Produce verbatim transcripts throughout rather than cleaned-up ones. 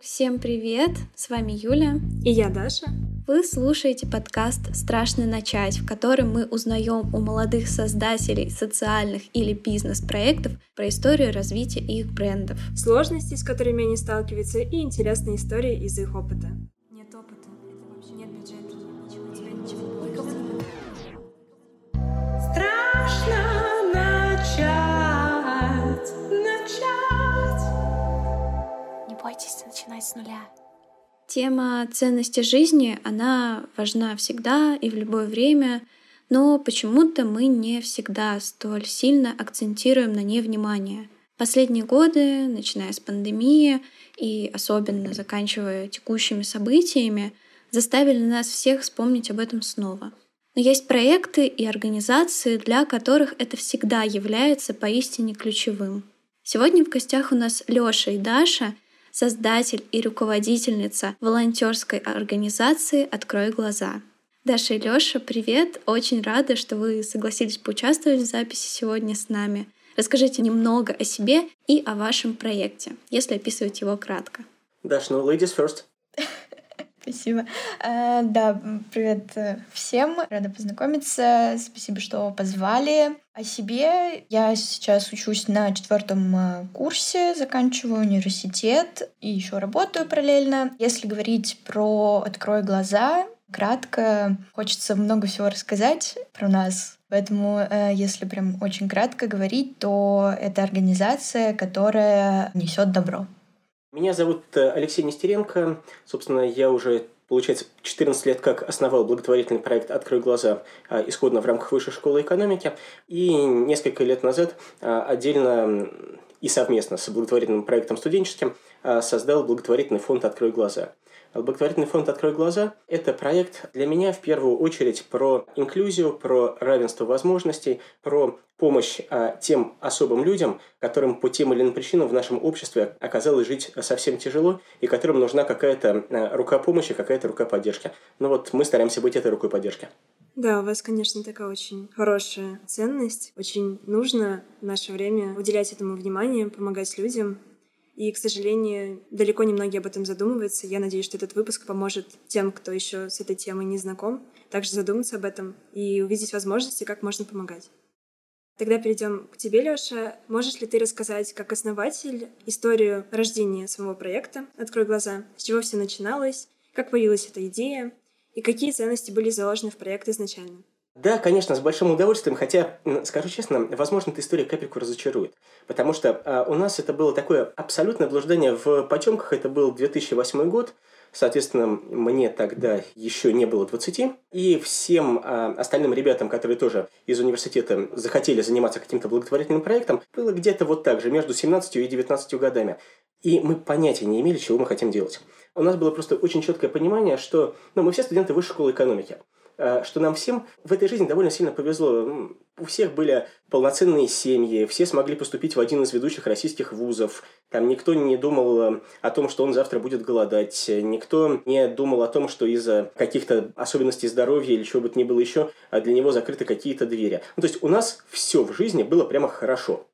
Всем привет! С вами Юля. И я, Даша. Вы слушаете подкаст «Страшно начать», в котором мы узнаем у молодых создателей социальных или бизнес-проектов про историю развития их брендов. Сложности, с которыми они сталкиваются, и интересные истории из их опыта. Нет опыта, это вообще нет бюджета, ничего, у тебя ничего. Никого не... Страшно начать, начать. Не бойтесь начинать с нуля. Тема ценности жизни, она важна всегда и в любое время, но почему-то мы не всегда столь сильно акцентируем на ней внимание. Последние годы, начиная с пандемии и особенно заканчивая текущими событиями, заставили нас всех вспомнить об этом снова. Но есть проекты и организации, для которых это всегда является поистине ключевым. Сегодня в гостях у нас Лёша и Даша, создатель и руководительница волонтерской организации «Открой глаза». Даша и Лёша, привет! Очень рада, что вы согласились поучаствовать в записи сегодня с нами. Расскажите немного о себе и о вашем проекте, если описывать его кратко. Даша, ну ladies first. Спасибо. А, да, привет всем. Рада познакомиться. Спасибо, что позвали. О себе. Я сейчас учусь на четвертом курсе, заканчиваю университет и еще работаю параллельно. Если говорить про «Открой глаза», кратко, хочется много всего рассказать про нас. Поэтому, если прям очень кратко говорить, то это организация, которая несет добро. Меня зовут Алексей Нестеренко. Собственно, я уже, получается, четырнадцать лет как основал благотворительный проект «Открой глаза», исходно в рамках Высшей школы экономики. И несколько лет назад отдельно и совместно с благотворительным проектом студенческим создал благотворительный фонд «Открой глаза». Благотворительный фонд «Открой глаза» – это проект для меня в первую очередь про инклюзию, про равенство возможностей, про помощь а, тем особым людям, которым по тем или иным причинам в нашем обществе оказалось жить совсем тяжело и которым нужна какая-то а, рука помощи, какая-то рука поддержки. Ну вот мы стараемся быть этой рукой поддержки. Да, у вас, конечно, такая очень хорошая ценность. Очень нужно в наше время уделять этому внимание, помогать людям. И, к сожалению, далеко не многие об этом задумываются. Я надеюсь, что этот выпуск поможет тем, кто еще с этой темой не знаком, также задуматься об этом и увидеть возможности, как можно помогать. Тогда перейдем к тебе, Лёша. Можешь ли ты рассказать, как основатель, историю рождения своего проекта «Открой глаза», с чего все начиналось, как появилась эта идея и какие ценности были заложены в проект изначально? Да, конечно, с большим удовольствием, хотя, скажу честно, возможно, эта история капельку разочарует, потому что а, у нас это было такое абсолютное блуждание в потемках, это был две тысячи восьмой год, соответственно, мне тогда еще не было двадцати, и всем а, остальным ребятам, которые тоже из университета захотели заниматься каким-то благотворительным проектом, было где-то вот так же, между семнадцатью и девятнадцатью годами, и мы понятия не имели, чего мы хотим делать. У нас было просто очень четкое понимание, что ну, мы все студенты Высшей школы экономики, что нам всем в этой жизни довольно сильно повезло. У всех были полноценные семьи, все смогли поступить в один из ведущих российских вузов. Там никто не думал о том, что он завтра будет голодать. Никто не думал о том, что из-за каких-то особенностей здоровья или чего бы то ни было еще, для него закрыты какие-то двери. Ну, то есть у нас все в жизни было прямо хорошо.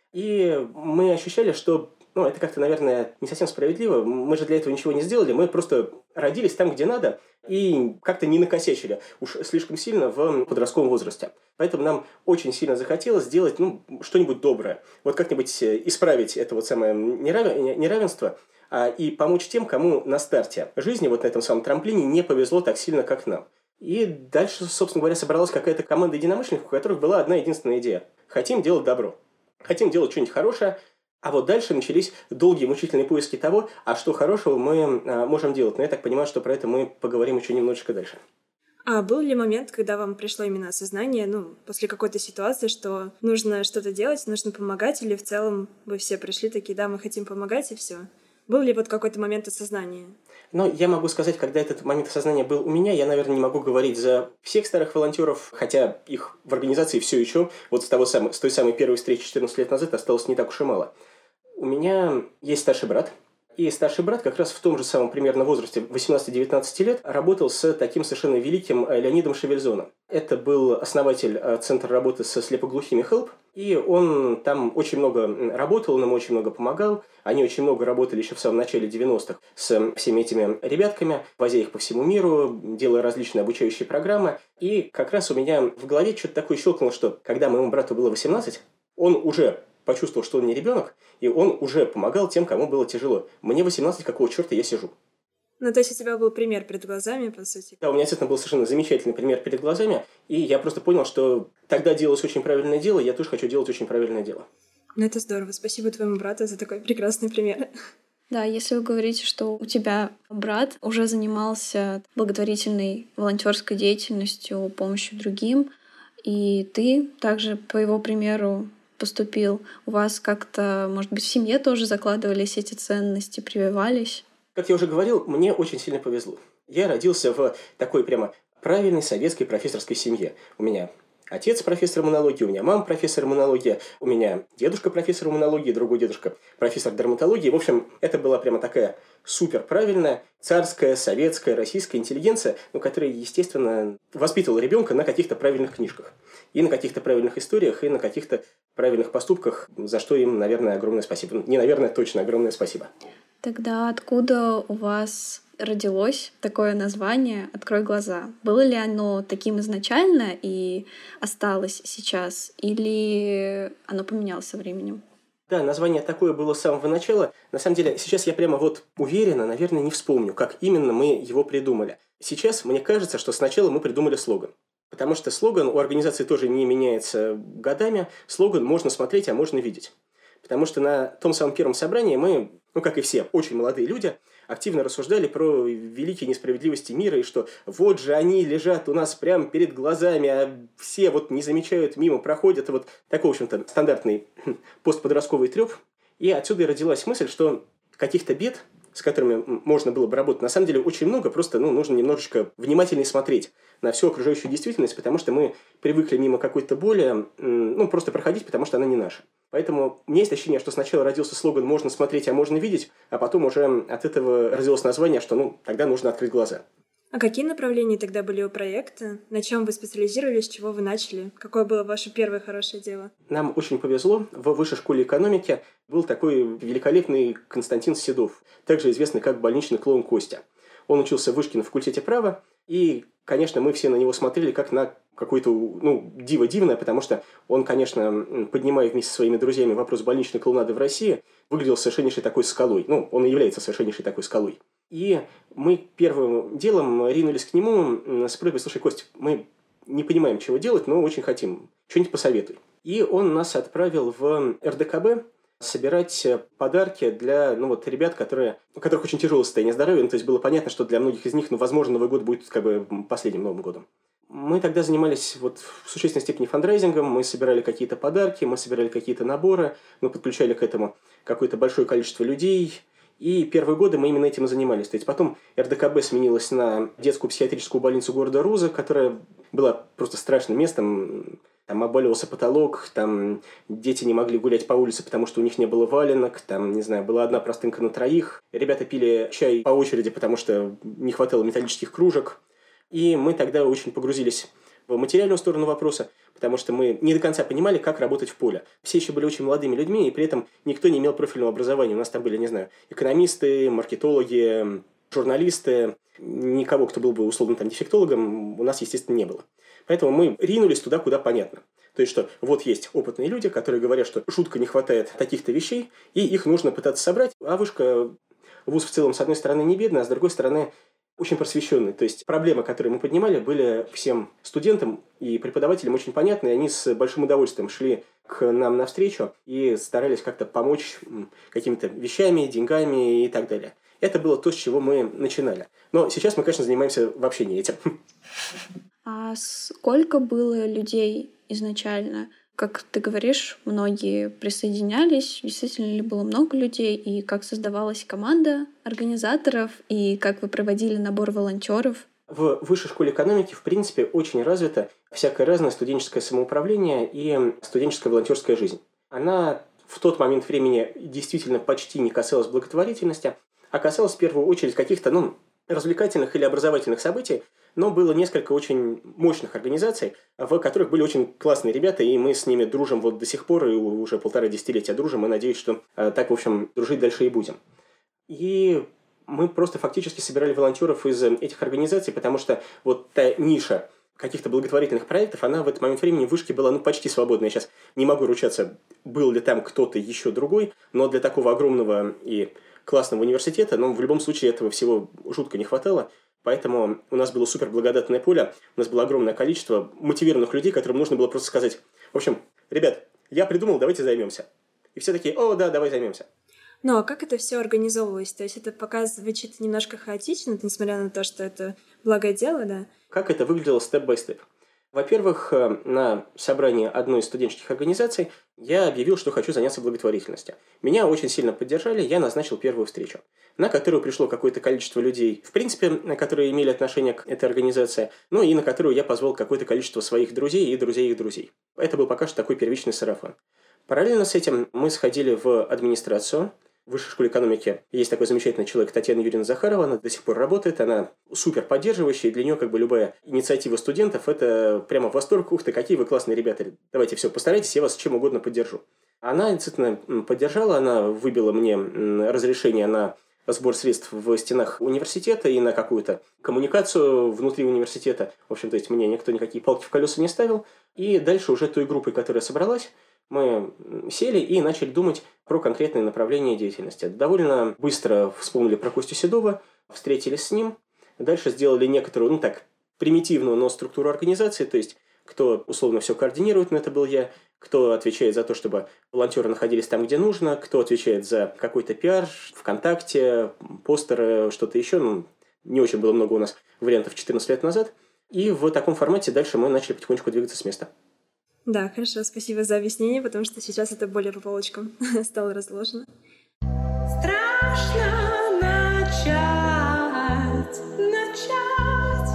И мы ощущали, что ну, это как-то, наверное, не совсем справедливо. Мы же для этого ничего не сделали. Мы просто родились там, где надо, и как-то не накосячили уж слишком сильно в подростковом возрасте. Поэтому нам очень сильно захотелось сделать ну, что-нибудь доброе. Вот как-нибудь исправить это вот самое неравенство и помочь тем, кому на старте жизни, вот на этом самом трамплине, не повезло так сильно, как нам. И дальше, собственно говоря, собралась какая-то команда единомышленников, у которых была одна единственная идея. Хотим делать добро. Хотим делать что-нибудь хорошее. А вот дальше начались долгие мучительные поиски того, а что хорошего мы а, можем делать. Но я так понимаю, что про это мы поговорим еще немножечко дальше. А был ли момент, когда вам пришло именно осознание, ну, после какой-то ситуации, что нужно что-то делать, нужно помогать, или в целом вы все пришли такие, да, мы хотим помогать, и все? Был ли вот какой-то момент осознания? Ну, я могу сказать, когда этот момент осознания был у меня, я, наверное, не могу говорить за всех старых волонтеров, хотя их в организации все еще, вот с, того самого, с той самой первой встречи четырнадцать лет назад осталось не так уж и мало. У меня есть старший брат, И старший брат как раз в том же самом примерно возрасте, восемнадцати-девятнадцати лет, работал с таким совершенно великим Леонидом Шевельзоном. Это был основатель Центра работы со слепоглухими «Хелп», и он там очень много работал, он им очень много помогал. Они очень много работали еще в самом начале девяностых с всеми этими ребятками, возя их по всему миру, делая различные обучающие программы. И как раз у меня в голове что-то такое щелкнуло, что когда моему брату было восемнадцать, он уже почувствовал, что он не ребенок, и он уже помогал тем, кому было тяжело. Мне восемнадцать, какого черта я сижу? Ну, то есть у тебя был пример перед глазами, по сути. Да, у меня, естественно, был совершенно замечательный пример перед глазами, и я просто понял, что тогда делалось очень правильное дело, я тоже хочу делать очень правильное дело. Ну, это здорово. Спасибо твоему брату за такой прекрасный пример. Да, если вы говорите, что у тебя брат уже занимался благотворительной волонтерской деятельностью, помощью другим, и ты также, по его примеру, поступил, у вас как-то, может быть, в семье тоже закладывались эти ценности, прививались? Как я уже говорил, мне очень сильно повезло. Я родился в такой прямо правильной советской профессорской семье. У меня отец профессор иммунологии, у меня мама профессор иммунологии, у меня дедушка профессор иммунологии, другой дедушка профессор дерматологии. В общем, это была прямо такая супер правильная царская, советская, российская интеллигенция, ну, которая, естественно, воспитывала ребенка на каких-то правильных книжках. И на каких-то правильных историях, и на каких-то правильных поступках, за что им, наверное, огромное спасибо. Не, наверное, точно огромное спасибо. Тогда откуда у вас родилось такое название «Открой глаза»? Было ли оно таким изначально и осталось сейчас, или оно поменялось со временем? Да, название такое было с самого начала. На самом деле, сейчас я прямо вот уверенно, наверное, не вспомню, как именно мы его придумали. Сейчас мне кажется, что сначала мы придумали слоган. Потому что слоган у организации тоже не меняется годами. Слоган можно смотреть, а можно видеть. Потому что на том самом первом собрании мы, ну, как и все, очень молодые люди, активно рассуждали про великие несправедливости мира, и что вот же они лежат у нас прямо перед глазами, а все вот не замечают, мимо проходят. Вот такой, в общем-то, стандартный постподростковый трёп. И отсюда и родилась мысль, что каких-то бед, с которыми можно было бы работать, на самом деле очень много, просто ну, нужно немножечко внимательнее смотреть на всю окружающую действительность, потому что мы привыкли мимо какой-то боли, ну, просто проходить, потому что она не наша. Поэтому у меня есть ощущение, что сначала родился слоган «можно смотреть, а можно видеть», а потом уже от этого родилось название, что ну, тогда нужно открыть глаза. А какие направления тогда были у проекта? На чем вы специализировались, с чего вы начали? Какое было ваше первое хорошее дело? Нам очень повезло. В Высшей школе экономики был такой великолепный Константин Седов, также известный как больничный клоун Костя. Он учился в Вышке на факультете права, и, конечно, мы все на него смотрели как на какое-то, ну, диво дивное, потому что он, конечно, поднимая вместе со своими друзьями вопрос больничной клоунады в России, выглядел совершеннейшей такой скалой. Ну, он и является совершеннейшей такой скалой. И мы первым делом ринулись к нему с просьбой: слушай, Кость, мы не понимаем, чего делать, но очень хотим. Что-нибудь посоветуй. И он нас отправил в эр дэ ка бэ собирать подарки для ну, вот, ребят, которые, у которых очень тяжелое состояние здоровья. Ну, то есть было понятно, что для многих из них, ну, возможно, Новый год будет как бы последним Новым годом. Мы тогда занимались вот, в существенной степени фандрайзингом, мы собирали какие-то подарки, мы собирали какие-то наборы, мы подключали к этому какое-то большое количество людей. И первые годы мы именно этим и занимались. То есть потом эр дэ ка бэ сменилась на детскую психиатрическую больницу города Руза, которая была просто страшным местом. Там обваливался потолок, там дети не могли гулять по улице, потому что у них не было валенок, там, не знаю, была одна простынка на троих. Ребята пили чай по очереди, потому что не хватало металлических кружек. И мы тогда очень погрузились в материальную сторону вопроса, потому что мы не до конца понимали, как работать в поле. Все еще были очень молодыми людьми, и при этом никто не имел профильного образования. У нас там были, не знаю, экономисты, маркетологи, журналисты. Никого, кто был бы условно там дефектологом, у нас, естественно, не было. Поэтому мы ринулись туда, куда понятно. То есть, что вот есть опытные люди, которые говорят, что жутко не хватает таких-то вещей, и их нужно пытаться собрать. А Вышка, вуз в целом, с одной стороны, не бедный, а с другой стороны, очень просвещенный. То есть, проблемы, которые мы поднимали, были всем студентам и преподавателям очень понятны, и они с большим удовольствием шли к нам навстречу и старались как-то помочь какими-то вещами, деньгами и так далее. Это было то, с чего мы начинали. Но сейчас мы, конечно, занимаемся вообще не этим. А сколько было людей изначально? Как ты говоришь, многие присоединялись. Действительно ли было много людей? И как создавалась команда организаторов? И как вы проводили набор волонтеров? В Высшей школе экономики, в принципе, очень развито всякое разное студенческое самоуправление и студенческая волонтерская жизнь. Она в тот момент времени действительно почти не касалась благотворительности, а касалось в первую очередь каких-то, ну, развлекательных или образовательных событий, но было несколько очень мощных организаций, в которых были очень классные ребята, и мы с ними дружим вот до сих пор, и уже полтора десятилетия дружим, и надеюсь, что э, так, в общем, дружить дальше и будем. И мы просто фактически собирали волонтеров из этих организаций, потому что вот та ниша каких-то благотворительных проектов, она в этот момент времени в Вышке была ну, почти свободная. Я сейчас не могу ручаться, был ли там кто-то еще другой, но для такого огромного и классного университета, но в любом случае этого всего жутко не хватало. Поэтому у нас было супер благодатное поле, у нас было огромное количество мотивированных людей, которым нужно было просто сказать: в общем, ребят, я придумал, давайте займемся. И все такие: о, да, давай займемся. Ну, а как это все организовывалось? То есть это пока звучит немножко хаотично, несмотря на то, что это благое дело, да? Как это выглядело степ-бай-степ? Во-первых, на собрании одной из студенческих организаций я объявил, что хочу заняться благотворительностью. Меня очень сильно поддержали, я назначил первую встречу, на которую пришло какое-то количество людей, в принципе, которые имели отношение к этой организации, ну и на которую я позвал какое-то количество своих друзей и друзей их друзей. Это был пока что такой первичный сарафан. Параллельно с этим мы сходили в администрацию. В Высшей школе экономики есть такой замечательный человек Татьяна Юрьевна Захарова, она до сих пор работает, она супер поддерживающая, и для нее как бы любая инициатива студентов – это прямо восторг: ух ты, какие вы классные ребята, давайте все, постарайтесь, я вас чем угодно поддержу. Она действительно поддержала, она выбила мне разрешение на сбор средств в стенах университета и на какую-то коммуникацию внутри университета. В общем, то есть мне никто никакие палки в колеса не ставил. И дальше уже той группой, которая собралась, мы сели и начали думать про конкретные направления деятельности. Довольно быстро вспомнили про Костю Седова, встретились с ним, дальше сделали некоторую, ну так, примитивную, но структуру организации, то есть кто условно все координирует, но это был я, кто отвечает за то, чтобы волонтеры находились там, где нужно, кто отвечает за какой-то пиар, ВКонтакте, постеры, что-то еще. Ну, не очень было много у нас вариантов четырнадцать лет назад. И в таком формате дальше мы начали потихонечку двигаться с места. Да, хорошо, спасибо за объяснение, потому что сейчас это более по полочкам стало разложено. Страшно начать, начать.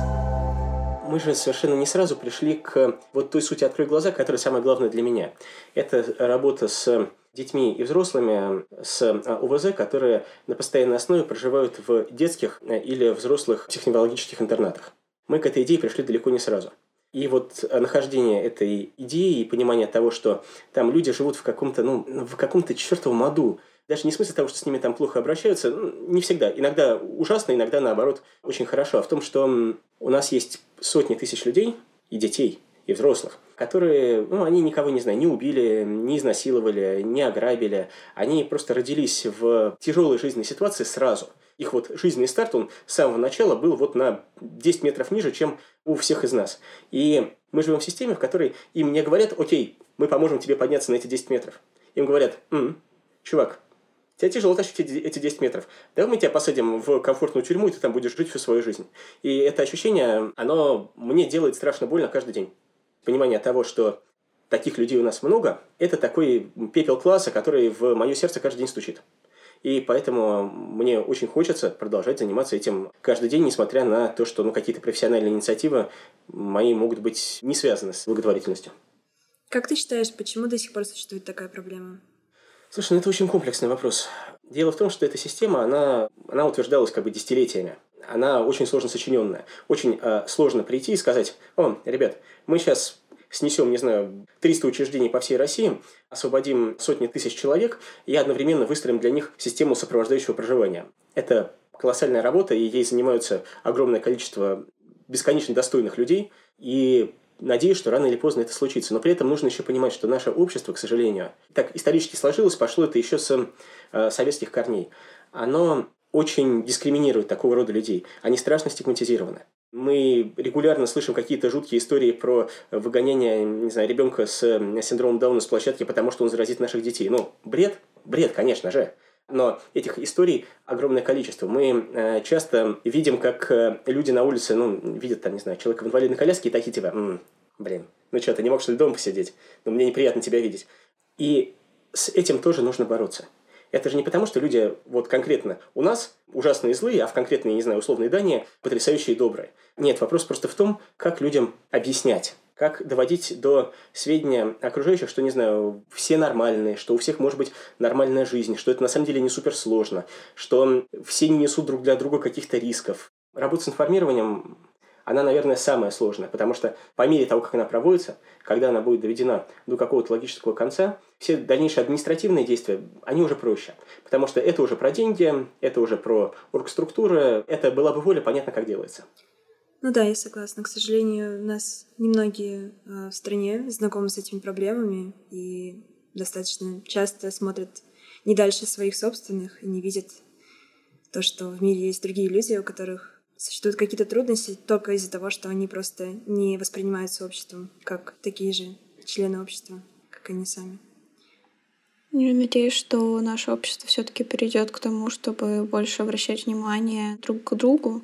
Мы же совершенно не сразу пришли к вот той сути «Открой глаза», которая самая главная для меня. Это работа с детьми и взрослыми с ОВЗ, которые на постоянной основе проживают в детских или взрослых технологических интернатах. Мы к этой идее пришли далеко не сразу. И вот нахождение этой идеи и понимание того, что там люди живут в каком-то, ну, в каком-то чертовом аду. Даже не в смысле того, что с ними там плохо обращаются, ну, не всегда. Иногда ужасно, иногда, наоборот, очень хорошо. А в том, что у нас есть сотни тысяч людей, и детей, и взрослых, которые, ну, они никого не знаю, не убили, не изнасиловали, не ограбили. Они просто родились в тяжелой жизненной ситуации сразу. Их вот жизненный старт, он с самого начала был вот на десять метров ниже, чем у всех из нас. И мы живем в системе, в которой им не говорят: окей, мы поможем тебе подняться на эти десять метров. Им говорят: М, чувак, тебе тяжело тащить эти десять метров. Давай мы тебя посадим в комфортную тюрьму, и ты там будешь жить всю свою жизнь. И это ощущение, оно мне делает страшно больно каждый день. Понимание того, что таких людей у нас много, это такой пепел класса, который в мое сердце каждый день стучит. И поэтому мне очень хочется продолжать заниматься этим каждый день, несмотря на то, что ну, какие-то профессиональные инициативы мои могут быть не связаны с благотворительностью. Как ты считаешь, почему до сих пор существует такая проблема? Слушай, ну это очень комплексный вопрос. Дело в том, что эта система, она, она утверждалась как бы десятилетиями. Она очень сложно сочиненная. Очень э, сложно прийти и сказать: о, ребят, мы сейчас снесем, не знаю, триста учреждений по всей России, освободим сотни тысяч человек и одновременно выстроим для них систему сопровождающего проживания. Это колоссальная работа, и ей занимаются огромное количество бесконечно достойных людей, и надеюсь, что рано или поздно это случится. Но при этом нужно еще понимать, что наше общество, к сожалению, так исторически сложилось, пошло это еще с э, советских корней. Оно очень дискриминирует такого рода людей. Они страшно стигматизированы. Мы регулярно слышим какие-то жуткие истории про выгоняние, не знаю, ребенка с синдромом Дауна с площадки, потому что он заразит наших детей. Ну, бред, бред, конечно же. Но этих историй огромное количество. Мы э, часто видим, как э, люди на улице, ну, видят там, не знаю, человека в инвалидной коляске и такие типа: м-м, блин, ну что, ты не мог, что ли, дома посидеть? Ну, мне неприятно тебя видеть. И с этим тоже нужно бороться. Это же не потому, что люди вот конкретно у нас ужасные и злые, а в конкретной, не знаю, условной Дании потрясающие и добрые. Нет, вопрос просто в том, как людям объяснять, как доводить до сведения окружающих, что, не знаю, все нормальные, что у всех может быть нормальная жизнь, что это на самом деле не суперсложно, что все не несут друг для друга каких-то рисков. Работа с информированием, она, наверное, самая сложная, потому что по мере того, как она проводится, когда она будет доведена до какого-то логического конца, все дальнейшие административные действия, они уже проще. Потому что это уже про деньги, это уже про оргструктуры, это была бы воля, понятно, как делается. Ну да, я согласна. К сожалению, у нас немногие э, в стране знакомы с этими проблемами и достаточно часто смотрят не дальше своих собственных и не видят то, что в мире есть другие люди, у которых существуют какие-то трудности только из-за того, что они просто не воспринимаются обществом как такие же члены общества, как они сами. Я надеюсь, что наше общество все-таки перейдет к тому, чтобы больше обращать внимание друг к другу,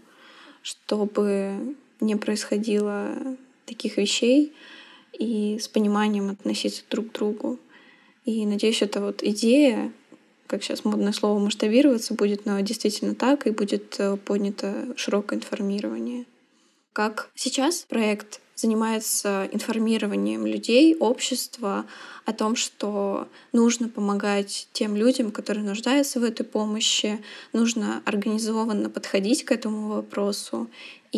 чтобы не происходило таких вещей, и с пониманием относиться друг к другу. И надеюсь, эта вот идея, как сейчас модное слово масштабироваться будет, но действительно так, и будет поднято широкое информирование. Как сейчас проект занимается информированием людей, общества о том, что нужно помогать тем людям, которые нуждаются в этой помощи, нужно организованно подходить к этому вопросу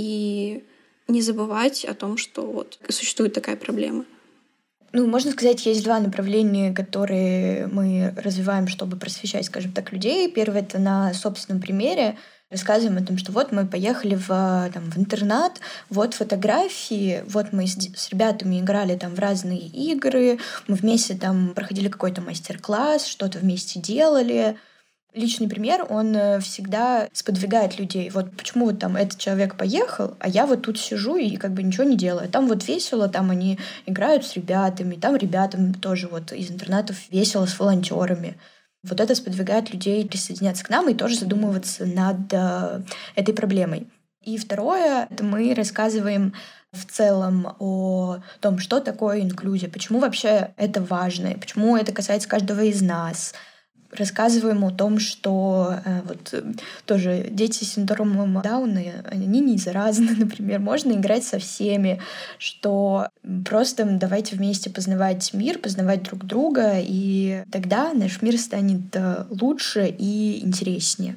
и не забывать о том, что вот существует такая проблема. Ну, можно сказать, есть два направления, которые мы развиваем, чтобы просвещать, скажем так, людей. Первое — это на собственном примере. Рассказываем о том, что вот мы поехали в, там, в интернат, вот фотографии, вот мы с, с ребятами играли там в разные игры, мы вместе там проходили какой-то мастер-класс, что-то вместе делали. Личный пример, он всегда сподвигает людей. Вот почему вот там этот человек поехал, а я вот тут сижу и как бы ничего не делаю. Там вот весело, там они играют с ребятами, там ребятам тоже вот из интернатов весело с волонтерами. Вот это сподвигает людей присоединяться к нам и тоже задумываться над э, этой проблемой. И второе, это мы рассказываем в целом о том, что такое инклюзия, почему вообще это важно, почему это касается каждого из нас. Рассказываем о том, что э, вот э, тоже дети с синдромом Дауна, они не заразны, например, можно играть со всеми, что просто давайте вместе познавать мир, познавать друг друга, и тогда наш мир станет лучше и интереснее.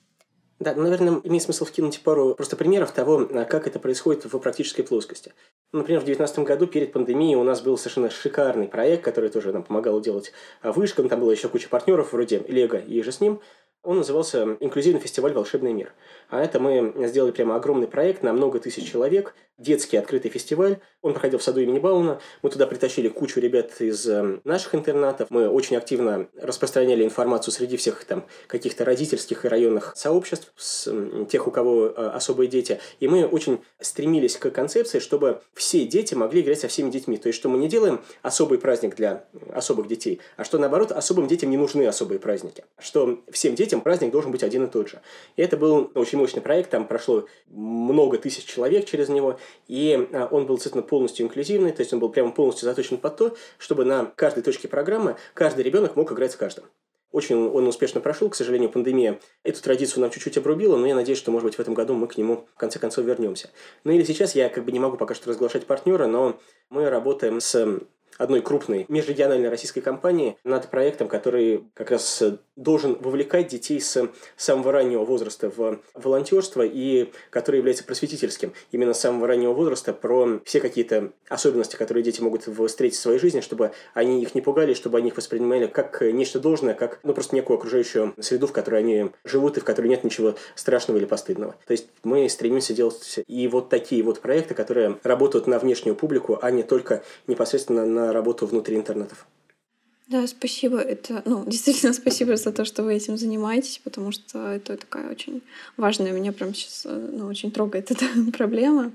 Да, наверное, имеет смысл вкинуть пару просто примеров того, как это происходит в практической плоскости. Например, в две тысячи девятнадцатом году перед пандемией у нас был совершенно шикарный проект, который тоже нам помогал делать вышка. Там была еще куча партнеров вроде Лего и же с ним. Он назывался «Инклюзивный фестиваль «Волшебный мир». А это мы сделали прямо огромный проект на много тысяч человек, детский открытый фестиваль. Он проходил в саду имени Бауна. Мы туда притащили кучу ребят из наших интернатов. Мы очень активно распространяли информацию среди всех там каких-то родительских и районных сообществ, с тех, у кого особые дети. И мы очень стремились к концепции, чтобы все дети могли играть со всеми детьми. То есть, что мы не делаем особый праздник для особых детей, а что, наоборот, особым детям не нужны особые праздники. Что всем детям праздник должен быть один и тот же. И это был очень мощный проект, там прошло много тысяч человек через него, и он был действительно полностью инклюзивный, то есть он был прямо полностью заточен под то, чтобы на каждой точке программы каждый ребенок мог играть с каждым. Очень он успешно прошел, к сожалению, пандемия эту традицию нам чуть-чуть обрубила, но я надеюсь, что, может быть, в этом году мы к нему в конце концов вернемся. Ну или сейчас я как бы не могу пока что разглашать партнера, но мы работаем с одной крупной межрегиональной российской компании над проектом, который как раз должен вовлекать детей с самого раннего возраста в волонтерство и который является просветительским именно с самого раннего возраста про все какие-то особенности, которые дети могут встретить в своей жизни, чтобы они их не пугали, чтобы они их воспринимали как нечто должное, как ну, просто некую окружающую среду, в которой они живут и в которой нет ничего страшного или постыдного. То есть мы стремимся делать и вот такие вот проекты, которые работают на внешнюю публику, а не только непосредственно на работу внутри интернетов. Да, спасибо. Это, ну, действительно спасибо за то, что вы этим занимаетесь, потому что это такая очень важная, меня прям сейчас ну, очень трогает эта проблема.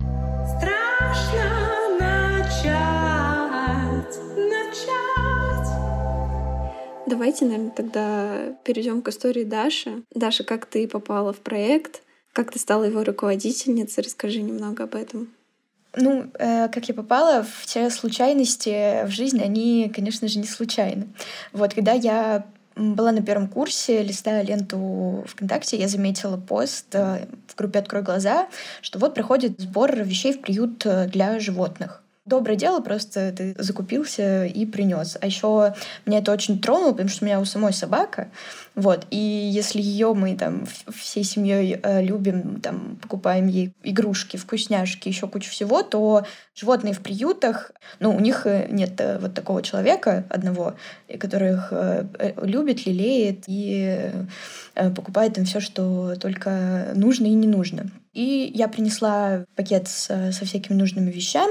Страшно начать, начать. Давайте, наверное, тогда перейдем к истории Даши. Даша, как ты попала в проект? Как ты стала его руководительницей? Расскажи немного об этом. Ну, э, как я попала, все случайности в жизни, они, конечно же, не случайны. Вот, когда я была на первом курсе, листая ленту ВКонтакте, я заметила пост э, в группе «Открой глаза», что вот проходит сбор вещей в приют для животных. доброе дело, просто ты закупился и принес. А еще меня это очень тронуло, потому что у меня у самой собака. Вот. И если ее мы там всей семьей э, любим, там, покупаем ей игрушки, вкусняшки, еще кучу всего, то животные в приютах, ну, у них нет э, вот такого человека одного, который их э, любит, лелеет и э, покупает им все, что только нужно и не нужно. И я принесла пакет с, со всякими нужными вещами,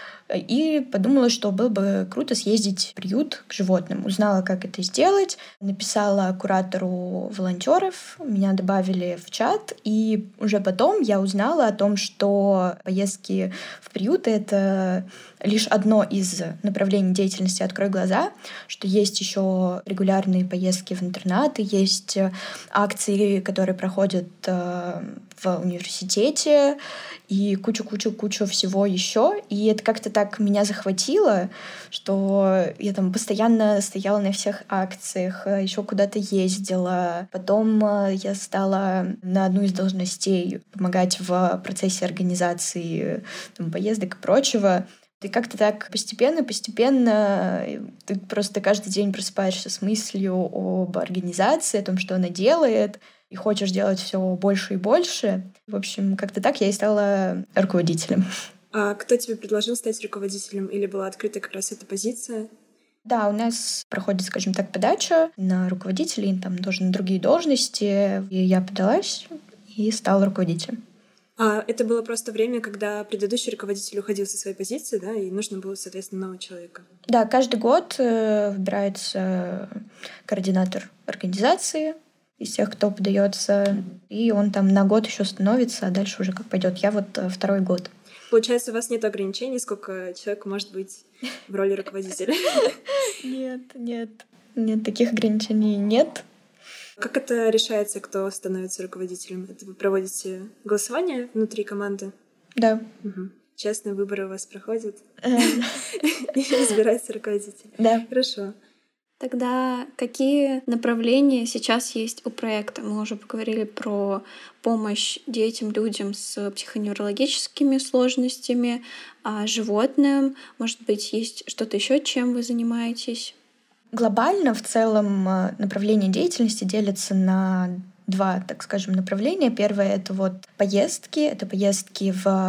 и подумала, что было бы круто съездить в приют к животным. Узнала, как это сделать, написала куратору волонтеров, меня добавили в чат, и уже потом я узнала о том, что поездки в приюты — это лишь одно из направлений деятельности «Открой глаза», что есть еще регулярные поездки в интернаты, есть акции, которые проходят в университете, и кучу-кучу-кучу всего еще. И это как-то так меня захватило, что я там постоянно стояла на всех акциях, еще куда-то ездила. Потом я стала на одну из должностей помогать в процессе организации там, поездок и прочего. И как-то так постепенно-постепенно ты просто каждый день просыпаешься с мыслью об организации, о том, что она делает, и хочешь делать все больше и больше. В общем, как-то так я и стала руководителем. А кто тебе предложил стать руководителем? Или была открыта как раз эта позиция? Да, у нас проходит, скажем так, подача на руководителей, там тоже на другие должности. И я подалась и стала руководителем. А это было просто время, когда предыдущий руководитель уходил со своей позиции, да, и нужно было, соответственно, нового человека. Да, каждый год выбирается координатор организации из тех, кто подается, и он там на год еще становится, а дальше уже как пойдет. Я вот второй год. Получается, у вас нет ограничений, сколько человек может быть в роли руководителя? Нет, нет. Нет, таких ограничений нет. Как это решается, кто становится руководителем? Это вы проводите голосование внутри команды? Да. Угу. Честные выборы у вас проходят? И избирается руководитель? Да. Хорошо. Тогда какие направления сейчас есть у проекта? Мы уже поговорили про помощь детям, людям с психоневрологическими сложностями, а животным. Может быть, есть что-то еще, чем вы занимаетесь? Глобально в целом направления деятельности делятся на два, так скажем, направления. Первое — это вот поездки. Это поездки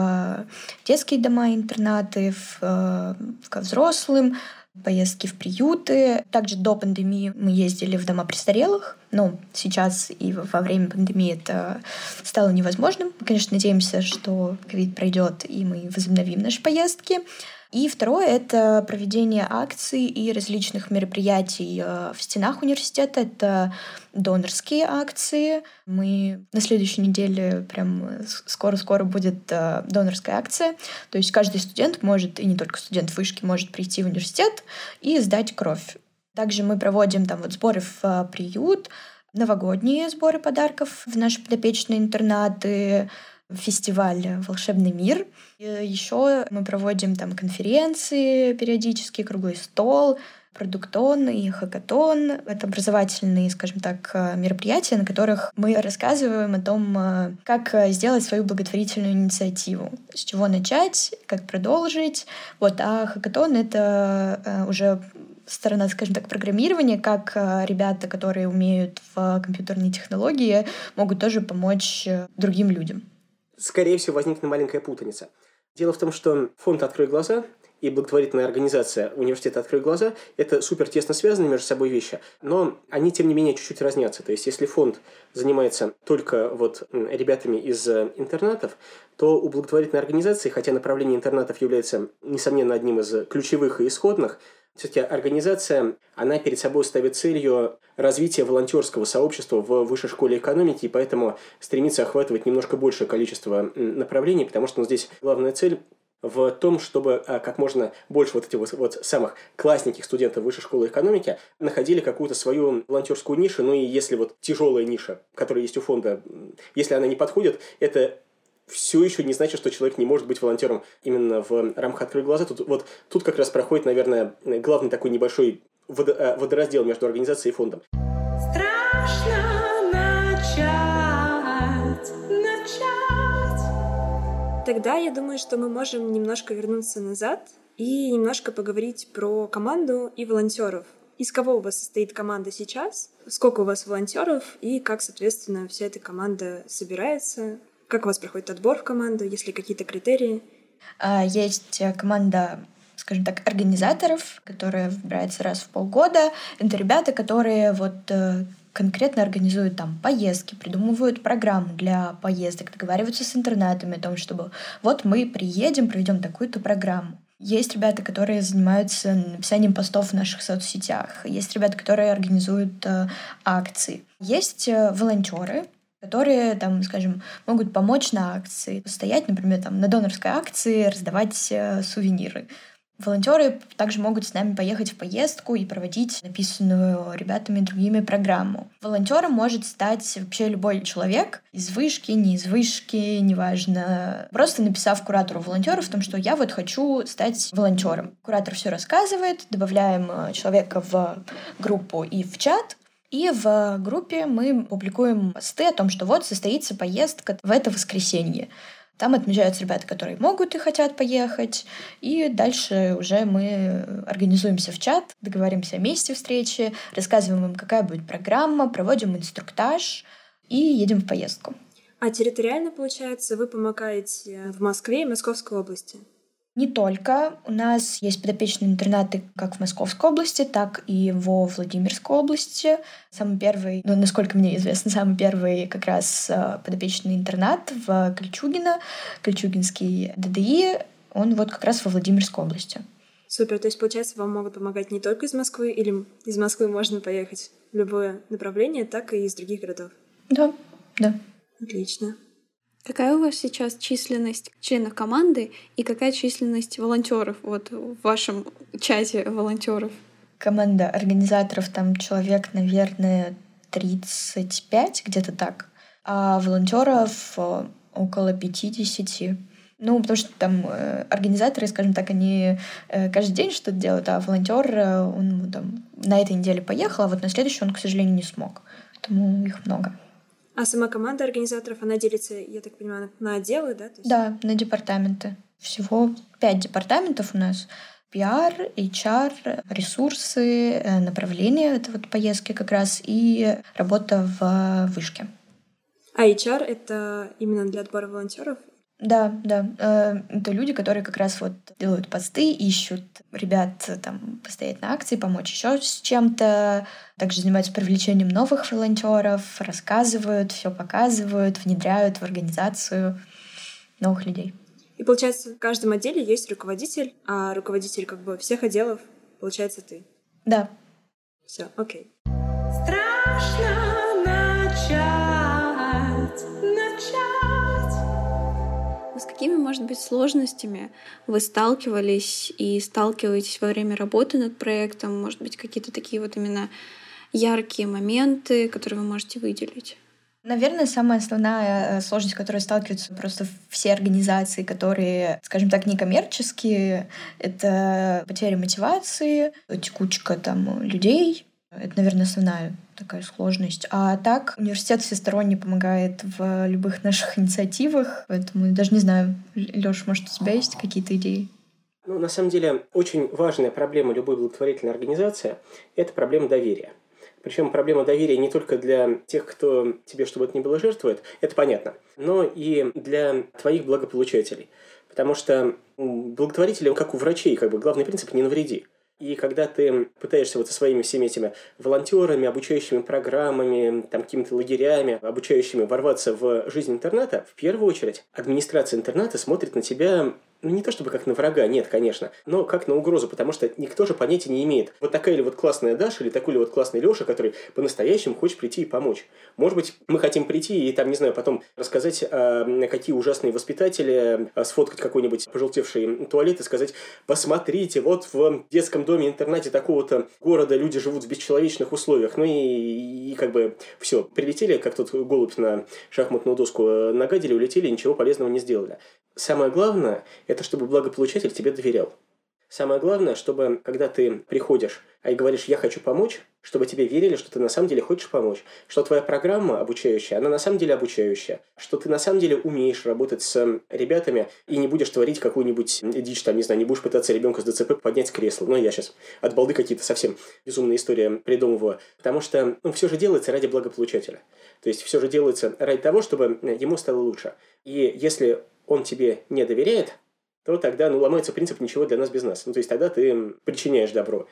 в детские дома, интернаты, в, к взрослым, поездки в приюты. Также до пандемии мы ездили в дома престарелых, но сейчас и во время пандемии это стало невозможным. Мы, конечно, надеемся, что ковид пройдет, и мы возобновим наши поездки. И второе — это проведение акций и различных мероприятий в стенах университета. Это донорские акции. Мы на следующей неделе прям скоро-скоро будет донорская акция. То есть каждый студент может, и не только студент вышки, может прийти в университет и сдать кровь. Также мы проводим там вот сборы в приют, новогодние сборы подарков в наши подопечные интернаты, фестиваль «Волшебный мир». Еще мы проводим там конференции периодически, круглый стол, продуктон и хакатон. Это образовательные, скажем так, мероприятия, на которых мы рассказываем о том, как сделать свою благотворительную инициативу, с чего начать, как продолжить. Вот. А хакатон — это уже сторона, скажем так, программирования, как ребята, которые умеют в компьютерные технологии, могут тоже помочь другим людям. Скорее всего, возникнет маленькая путаница. Дело в том, что фонд «Открой глаза» и благотворительная организация университета «Открой глаза» — это супер тесно связанные между собой вещи, но они, тем не менее, чуть-чуть разнятся. То есть, если фонд занимается только вот ребятами из интернатов, то у благотворительной организации, хотя направление интернатов является, несомненно, одним из ключевых и исходных, все-таки организация, она перед собой ставит целью развития волонтерского сообщества в высшей школе экономики, и поэтому стремится охватывать немножко большее количество направлений, потому что ну, здесь главная цель в том, чтобы а, как можно больше вот этих вот, вот самых классненьких студентов высшей школы экономики находили какую-то свою волонтерскую нишу, ну и если вот тяжелая ниша, которая есть у фонда, если она не подходит, это все еще не значит, что человек не может быть волонтером именно в рамках «Открой глаза». Тут, вот, тут как раз проходит, наверное, главный такой небольшой водо- водораздел между организацией и фондом. Страшно начать, начать. Тогда я думаю, что мы можем немножко вернуться назад и немножко поговорить про команду и волонтеров. Из кого у вас состоит команда сейчас? Сколько у вас волонтеров и как, соответственно, вся эта команда собирается? Как у вас проходит отбор в команду? Есть ли какие-то критерии? Есть команда, скажем так, организаторов, которая выбирается раз в полгода. Это ребята, которые вот конкретно организуют там поездки, придумывают программу для поездок, договариваются с интернатами о том, чтобы вот мы приедем, проведем такую-то программу. Есть ребята, которые занимаются написанием постов в наших соцсетях. Есть ребята, которые организуют э, акции. Есть э, волонтеры, которые, там, скажем, могут помочь на акции, стоять, например, там, на донорской акции, раздавать э, сувениры. Волонтеры также могут с нами поехать в поездку и проводить написанную ребятами другими программу. Волонтером может стать вообще любой человек, из вышки, не из вышки, неважно. Просто написав куратору волонтеров в том, что я вот хочу стать волонтером. Куратор все рассказывает, добавляем человека в группу и в чат. И в группе мы публикуем посты о том, что вот состоится поездка в это воскресенье. Там отмечаются ребята, которые могут и хотят поехать. И дальше уже мы организуемся в чат, договоримся о месте встречи, рассказываем им, какая будет программа, проводим инструктаж и едем в поездку. А территориально, получается, вы помогаете в Москве и Московской области? Не только. У нас есть подопечные интернаты как в Московской области, так и во Владимирской области. Самый первый, ну, насколько мне известно, самый первый как раз подопечный интернат в Кольчугино, Кольчугинский ДДИ, он вот как раз во Владимирской области. Супер. То есть, получается, вам могут помогать не только из Москвы, или из Москвы можно поехать в любое направление, так и из других городов? Да, да. Отлично. Какая у вас сейчас численность членов команды и какая численность волонтеров вот в вашем чате волонтеров? Команда организаторов там человек, наверное, тридцать пять, где-то так, а волонтеров около пятьдесят. Ну, потому что там э, организаторы, скажем так, они э, каждый день что-то делают, а волонтер, э, он там на этой неделе поехал, а вот на следующую он, к сожалению, не смог. Поэтому их много. А сама команда организаторов, она делится, я так понимаю, на отделы, да? То есть... Да, на департаменты. Всего пять департаментов у нас. пиар, эйч ар, ресурсы, направления, это вот поездки как раз, и работа в вышке. А эйч ар — это именно для отбора волонтеров? Да, да. Это люди, которые как раз вот делают посты, ищут ребят там постоять на акции, помочь еще с чем-то. Также занимаются привлечением новых волонтеров, рассказывают, все показывают, внедряют в организацию новых людей. И получается, в каждом отделе есть руководитель, а руководитель как бы всех отделов, получается, ты. Да. Все, окей. Страшно начать, начать. С какими, может быть, сложностями вы сталкивались и сталкиваетесь во время работы над проектом? Может быть, какие-то такие вот именно яркие моменты, которые вы можете выделить? Наверное, самая основная сложность, с которой сталкиваются просто все организации, которые, скажем так, некоммерческие, это потеря мотивации, текучка там людей. Это, наверное, основная такая сложность. А так, университет всесторонне помогает в любых наших инициативах, поэтому даже не знаю, Лёш, может, у тебя есть какие-то идеи? Ну, на самом деле, очень важная проблема любой благотворительной организации – это проблема доверия. Причем проблема доверия не только для тех, кто тебе, чтобы это ни было, жертвует, это понятно, но и для твоих благополучателей. Потому что благотворители, как у врачей, как бы главный принцип – не навреди. И когда ты пытаешься вот со своими всеми этими волонтерами, обучающими программами, там, какими-то лагерями, обучающими ворваться в жизнь интерната, в первую очередь администрация интерната смотрит на тебя, ну, не то чтобы как на врага, нет, конечно, но как на угрозу, потому что никто же понятия не имеет. Вот такая ли вот классная Даша или такой ли вот классный Леша, который по-настоящему хочет прийти и помочь. Может быть, мы хотим прийти и там, не знаю, потом рассказать, а, какие ужасные воспитатели, а, сфоткать какой-нибудь пожелтевший туалет и сказать: посмотрите, вот в детском доме-интернате такого-то города люди живут в бесчеловечных условиях. Ну и, и как бы все, прилетели, как тот голубь на шахматную доску нагадили, улетели, ничего полезного не сделали. Самое главное – это чтобы благополучатель тебе доверял. Самое главное, чтобы когда ты приходишь и говоришь «я хочу помочь», чтобы тебе верили, что ты на самом деле хочешь помочь, что твоя программа обучающая, она на самом деле обучающая, что ты на самом деле умеешь работать с ребятами и не будешь творить какую-нибудь дичь, там, не знаю, не будешь пытаться ребенка с ДЦП поднять с кресла. Ну, я сейчас от балды какие-то совсем безумные истории придумываю. Потому что ну, все же делается ради благополучателя. То есть все же делается ради того, чтобы ему стало лучше. И если он тебе не доверяет, то тогда ну, ломается принцип «ничего для нас без нас». Ну, то есть тогда ты причиняешь добро.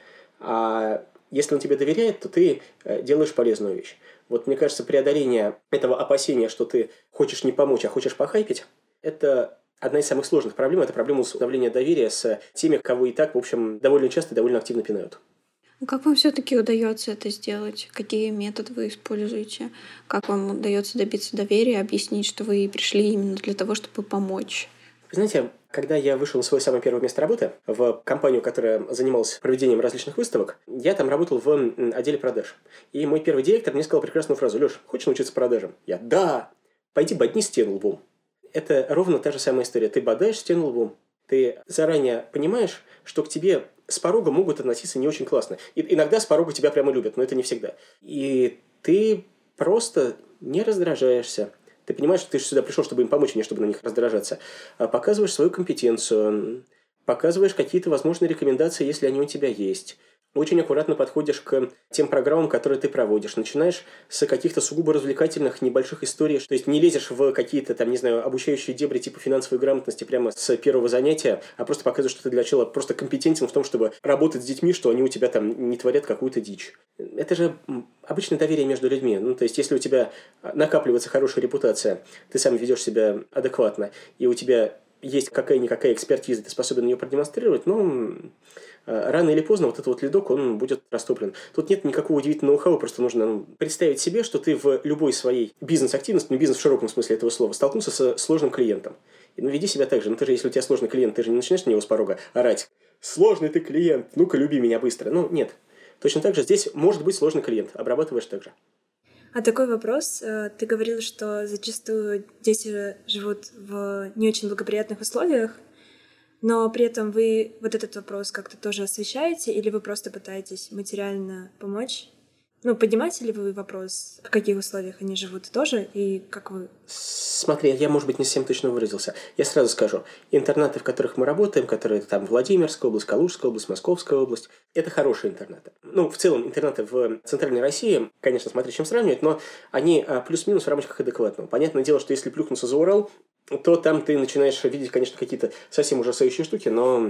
А если он тебе доверяет, то ты делаешь полезную вещь. Вот мне кажется, преодоление этого опасения, что ты хочешь не помочь, а хочешь похайпить, это одна из самых сложных проблем. Это проблема установления доверия с теми, кого и так, в общем, довольно часто и довольно активно пинают. Как вам все-таки удается это сделать? Какие методы вы используете? Как вам удается добиться доверия, объяснить, что вы пришли именно для того, чтобы помочь? Вы знаете, когда я вышел на свое самое первое место работы в компанию, которая занималась проведением различных выставок, я там работал в отделе продаж. И мой первый директор мне сказал прекрасную фразу: «Леш, хочешь научиться продажам?» Я: «Да! Пойди бодни стену лбом». Это ровно та же самая история. Ты бодаешь стену лбом. Ты заранее понимаешь, что к тебе с порога могут относиться не очень классно. И иногда с порога тебя прямо любят, но это не всегда. И ты просто не раздражаешься. Ты понимаешь, что ты сюда пришел, чтобы им помочь, а не чтобы на них раздражаться. Показываешь свою компетенцию, показываешь какие-то возможные рекомендации, если они у тебя есть. Очень аккуратно подходишь к тем программам, которые ты проводишь. Начинаешь с каких-то сугубо развлекательных небольших историй. То есть не лезешь в какие-то, там, не знаю, обучающие дебри типа финансовой грамотности прямо с первого занятия, а просто показываешь, что ты для начала просто компетентен в том, чтобы работать с детьми, что они у тебя там не творят какую-то дичь. Это же обычное доверие между людьми. Ну, то есть если у тебя накапливается хорошая репутация, ты сам ведешь себя адекватно, и у тебя есть какая-никакая экспертиза, ты способен ее продемонстрировать, но рано или поздно вот этот вот ледок, он будет растоплен. Тут нет никакого удивительного ноу-хау, просто нужно ну, представить себе, что ты в любой своей бизнес-активности, ну, бизнес в широком смысле этого слова, столкнулся со сложным клиентом. И, ну, веди себя так же. Ну, ты же, если у тебя сложный клиент, ты же не начинаешь на него с порога орать: «Сложный ты клиент, ну-ка, люби меня быстро». Ну, нет. Точно так же здесь может быть сложный клиент, обрабатываешь так же. А такой вопрос. Ты говорил, что зачастую дети живут в не очень благоприятных условиях, но при этом вы вот этот вопрос как-то тоже освещаете, или вы просто пытаетесь материально помочь? Ну, поднимаете ли вы вопрос, в каких условиях они живут тоже, и как вы... Смотри, я, может быть, не совсем точно выразился. Я сразу скажу. Интернаты, в которых мы работаем, которые там Владимирская область, Калужская область, Московская область, это хорошие интернаты. Ну, в целом, интернаты в Центральной России, конечно, смотря с чем сравнивать, но они плюс-минус в рамках адекватного. Понятное дело, что если плюхнуться за Урал, то там ты начинаешь видеть, конечно, какие-то совсем ужасающие штуки, но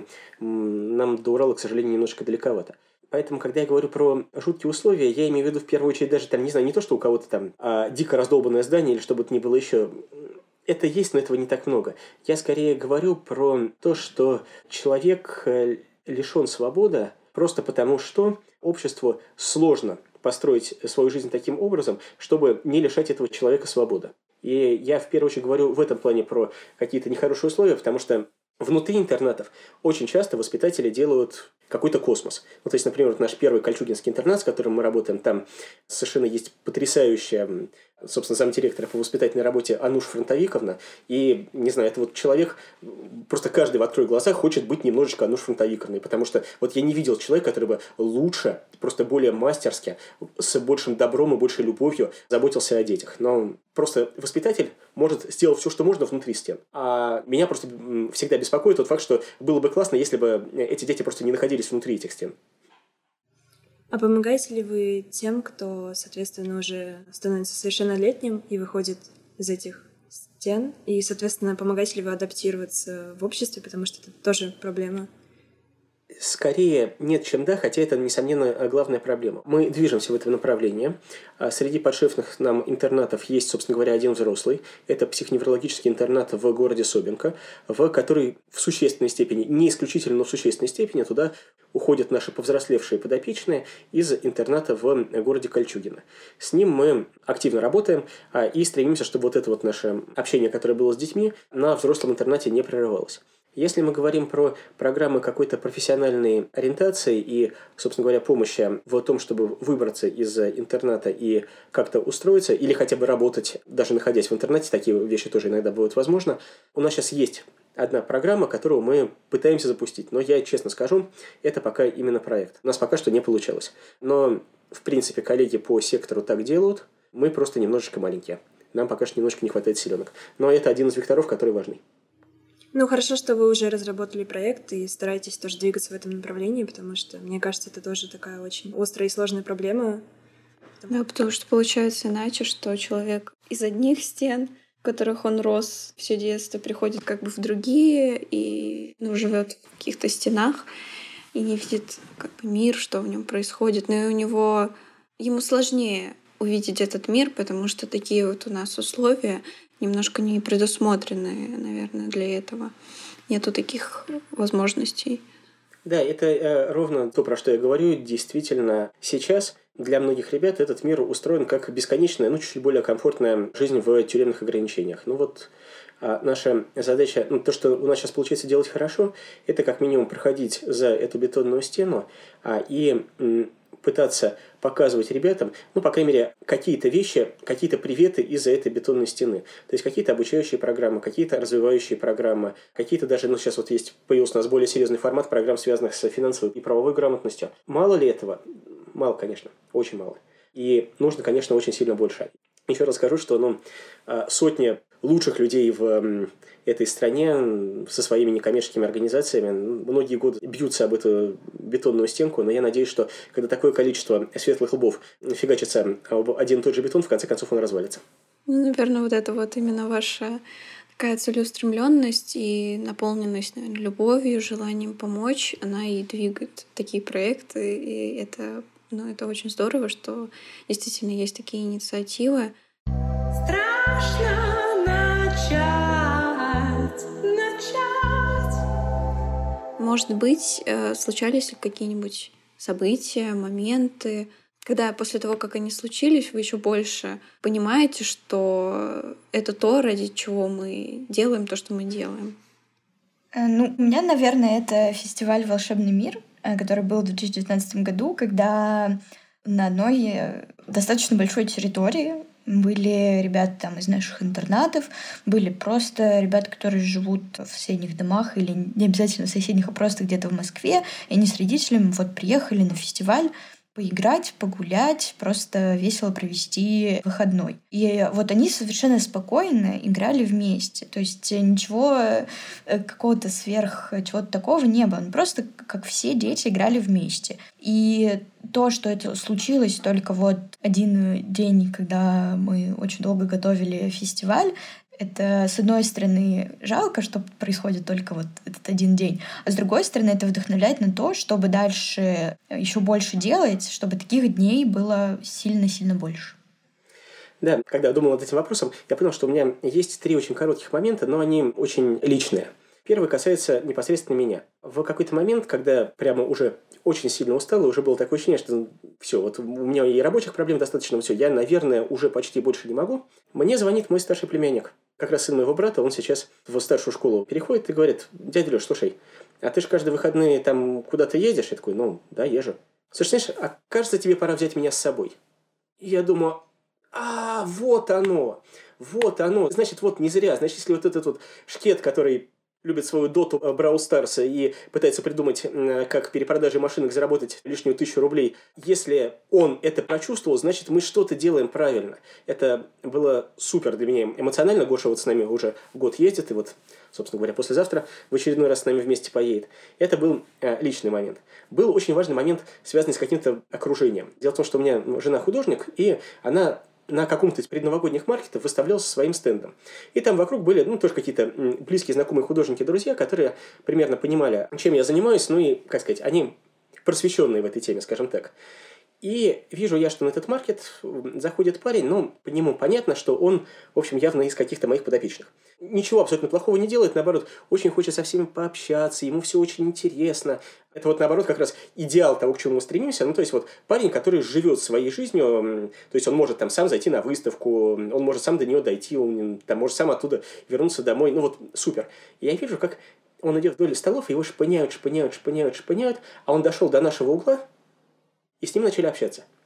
нам до Урала, к сожалению, немножко далековато. Поэтому, когда я говорю про жуткие условия, я имею в виду в первую очередь даже, там, не знаю, не то, что у кого-то там а, дико раздолбанное здание или что бы то ни было еще. Это есть, но этого не так много. Я скорее говорю про то, что человек лишен свободы просто потому, что обществу сложно построить свою жизнь таким образом, чтобы не лишать этого человека свободы. И я в первую очередь говорю в этом плане про какие-то нехорошие условия, потому что внутри интернатов очень часто воспитатели делают какой-то космос. Ну, то есть, например, вот наш первый кольчугинский интернат, с которым мы работаем, там совершенно есть потрясающая, собственно, замдиректора по воспитательной работе Ануш Фронтовиковна. И, не знаю, это вот человек, просто каждый в «Открой глаза» хочет быть немножечко Ануш Фронтовиковной, потому что вот я не видел человека, который бы лучше, просто более мастерски, с большим добром и большей любовью заботился о детях. Но просто воспитатель может сделать все, что можно внутри стен. А меня просто всегда беспокоит тот факт, что было бы классно, если бы эти дети просто не находились внутри этих стен. А помогаете ли вы тем, кто, соответственно, уже становится совершеннолетним и выходит из этих стен? И, соответственно, помогаете ли вы адаптироваться в обществе, потому что это тоже проблема? Скорее нет, чем да, хотя это, несомненно, главная проблема. Мы движемся в этом направлении. Среди подшефных нам интернатов есть, собственно говоря, один взрослый. Это психоневрологический интернат в городе Собинка, в который в существенной степени, не исключительно, но в существенной степени, туда уходят наши повзрослевшие подопечные из интерната в городе Кольчугино. С ним мы активно работаем и стремимся, чтобы вот это вот наше общение, которое было с детьми, на взрослом интернате не прерывалось. Если мы говорим про программы какой-то профессиональной ориентации и, собственно говоря, помощи в том, чтобы выбраться из интерната и как-то устроиться, или хотя бы работать, даже находясь в интернате, такие вещи тоже иногда бывают возможно, у нас сейчас есть одна программа, которую мы пытаемся запустить. Но я честно скажу, это пока именно проект. У нас пока что не получалось. Но, в принципе, коллеги по сектору так делают. Мы просто немножечко маленькие. Нам пока что немножко не хватает силенок. Но это один из векторов, который важный. Ну, хорошо, что вы уже разработали проект и стараетесь тоже двигаться в этом направлении, потому что, мне кажется, это тоже такая очень острая и сложная проблема. Да, потому что получается иначе, что человек из одних стен, в которых он рос все детство, приходит как бы в другие и ну, живет в каких-то стенах и не видит как бы мир, что в нем происходит. Но и у него ему сложнее увидеть этот мир, потому что такие вот у нас условия немножко не предусмотрены, наверное, для этого. Нету таких возможностей. Да, это э, ровно то, про что я говорю. Действительно, сейчас для многих ребят этот мир устроен как бесконечная, ну, чуть более комфортная жизнь в тюремных ограничениях. Ну вот а наша задача, ну, то, что у нас сейчас получается делать хорошо, это как минимум проходить за эту бетонную стену а, и м, пытаться показывать ребятам, ну, по крайней мере, какие-то вещи, какие-то приветы из-за этой бетонной стены. То есть какие-то обучающие программы, какие-то развивающие программы, какие-то даже, ну, сейчас вот есть, появился у нас более серьезный формат программ, связанных с финансовой и правовой грамотностью. Мало ли этого? Мало, конечно, очень мало. И нужно, конечно, очень сильно больше. Еще раз скажу, что, ну, сотни лучших людей в этой стране со своими некоммерческими организациями многие годы бьются об эту бетонную стенку, но я надеюсь, что когда такое количество светлых лбов фигачится об один и тот же бетон, в конце концов он развалится. Ну, наверное, вот это вот именно ваша такая целеустремленность и наполненность, наверное, любовью, желанием помочь, она и двигает такие проекты, и это, ну, это очень здорово, что действительно есть такие инициативы. Страшно начать, начать. Может быть, случались ли какие-нибудь события, моменты, когда после того, как они случились, вы еще больше понимаете, что это то, ради чего мы делаем то, что мы делаем? Ну, у меня, наверное, это фестиваль «Волшебный мир», который был в две тысячи девятнадцатом году, когда на одной достаточно большой территории были ребята там из наших интернатов, были просто ребята, которые живут в соседних домах или не обязательно в соседних, а просто где-то в Москве, и они с родителями вот приехали на фестиваль поиграть, погулять, просто весело провести выходной. И вот они совершенно спокойно играли вместе. То есть ничего какого-то сверх чего-то такого не было. Просто как все дети играли вместе. И то, что это случилось только вот один день, когда мы очень долго готовили фестиваль, это, с одной стороны, жалко, что происходит только вот этот один день, а с другой стороны, это вдохновляет на то, чтобы дальше еще больше делать, чтобы таких дней было сильно-сильно больше. Да, когда я думал над этим вопросом, я понял, что у меня есть три очень коротких момента, но они очень личные. Первый касается непосредственно меня. В какой-то момент, когда прямо уже очень сильно устал, и уже было такое ощущение, что все, вот у меня и рабочих проблем достаточно, все, я, наверное, уже почти больше не могу. Мне звонит мой старший племянник, как раз сын моего брата, он сейчас в старшую школу переходит и говорит: дядя Лёш, слушай, а ты же каждые выходные там куда-то едешь? Я такой: ну, да, езжу. Слушай, знаешь, а кажется, тебе пора взять меня с собой. И я думаю: а, вот оно, вот оно. Значит, вот не зря, значит, если вот этот вот шкет, который любит свою доту Brawl Stars и пытается придумать, как перепродажей машинок заработать лишнюю тысячу рублей. Если он это прочувствовал, значит, мы что-то делаем правильно. Это было супер для меня эмоционально. Гоша вот с нами уже год ездит, и вот, собственно говоря, послезавтра в очередной раз с нами вместе поедет. Это был личный момент. Был очень важный момент, связанный с каким-то окружением. Дело в том, что у меня жена художник, и она на каком-то из предновогодних маркетов выставлялся своим стендом. И там вокруг были, ну, тоже какие-то близкие, знакомые художники, друзья, которые примерно понимали, чем я занимаюсь, ну и, как сказать, они просвещенные в этой теме, скажем так. И вижу я, что на этот маркет заходит парень, ну, по нему понятно, что он, в общем, явно из каких-то моих подопечных. Ничего абсолютно плохого не делает, наоборот, очень хочет со всеми пообщаться, ему все очень интересно. Это вот, наоборот, как раз идеал того, к чему мы стремимся. Ну, то есть, вот парень, который живет своей жизнью, то есть, он может там сам зайти на выставку, он может сам до нее дойти, он там может сам оттуда вернуться домой. Ну, вот, супер. И я вижу, как он идет вдоль столов, его шпыняют, шпыняют, шпыняют, шпыняют, а он дошел до нашего угла, и с ним начали общаться.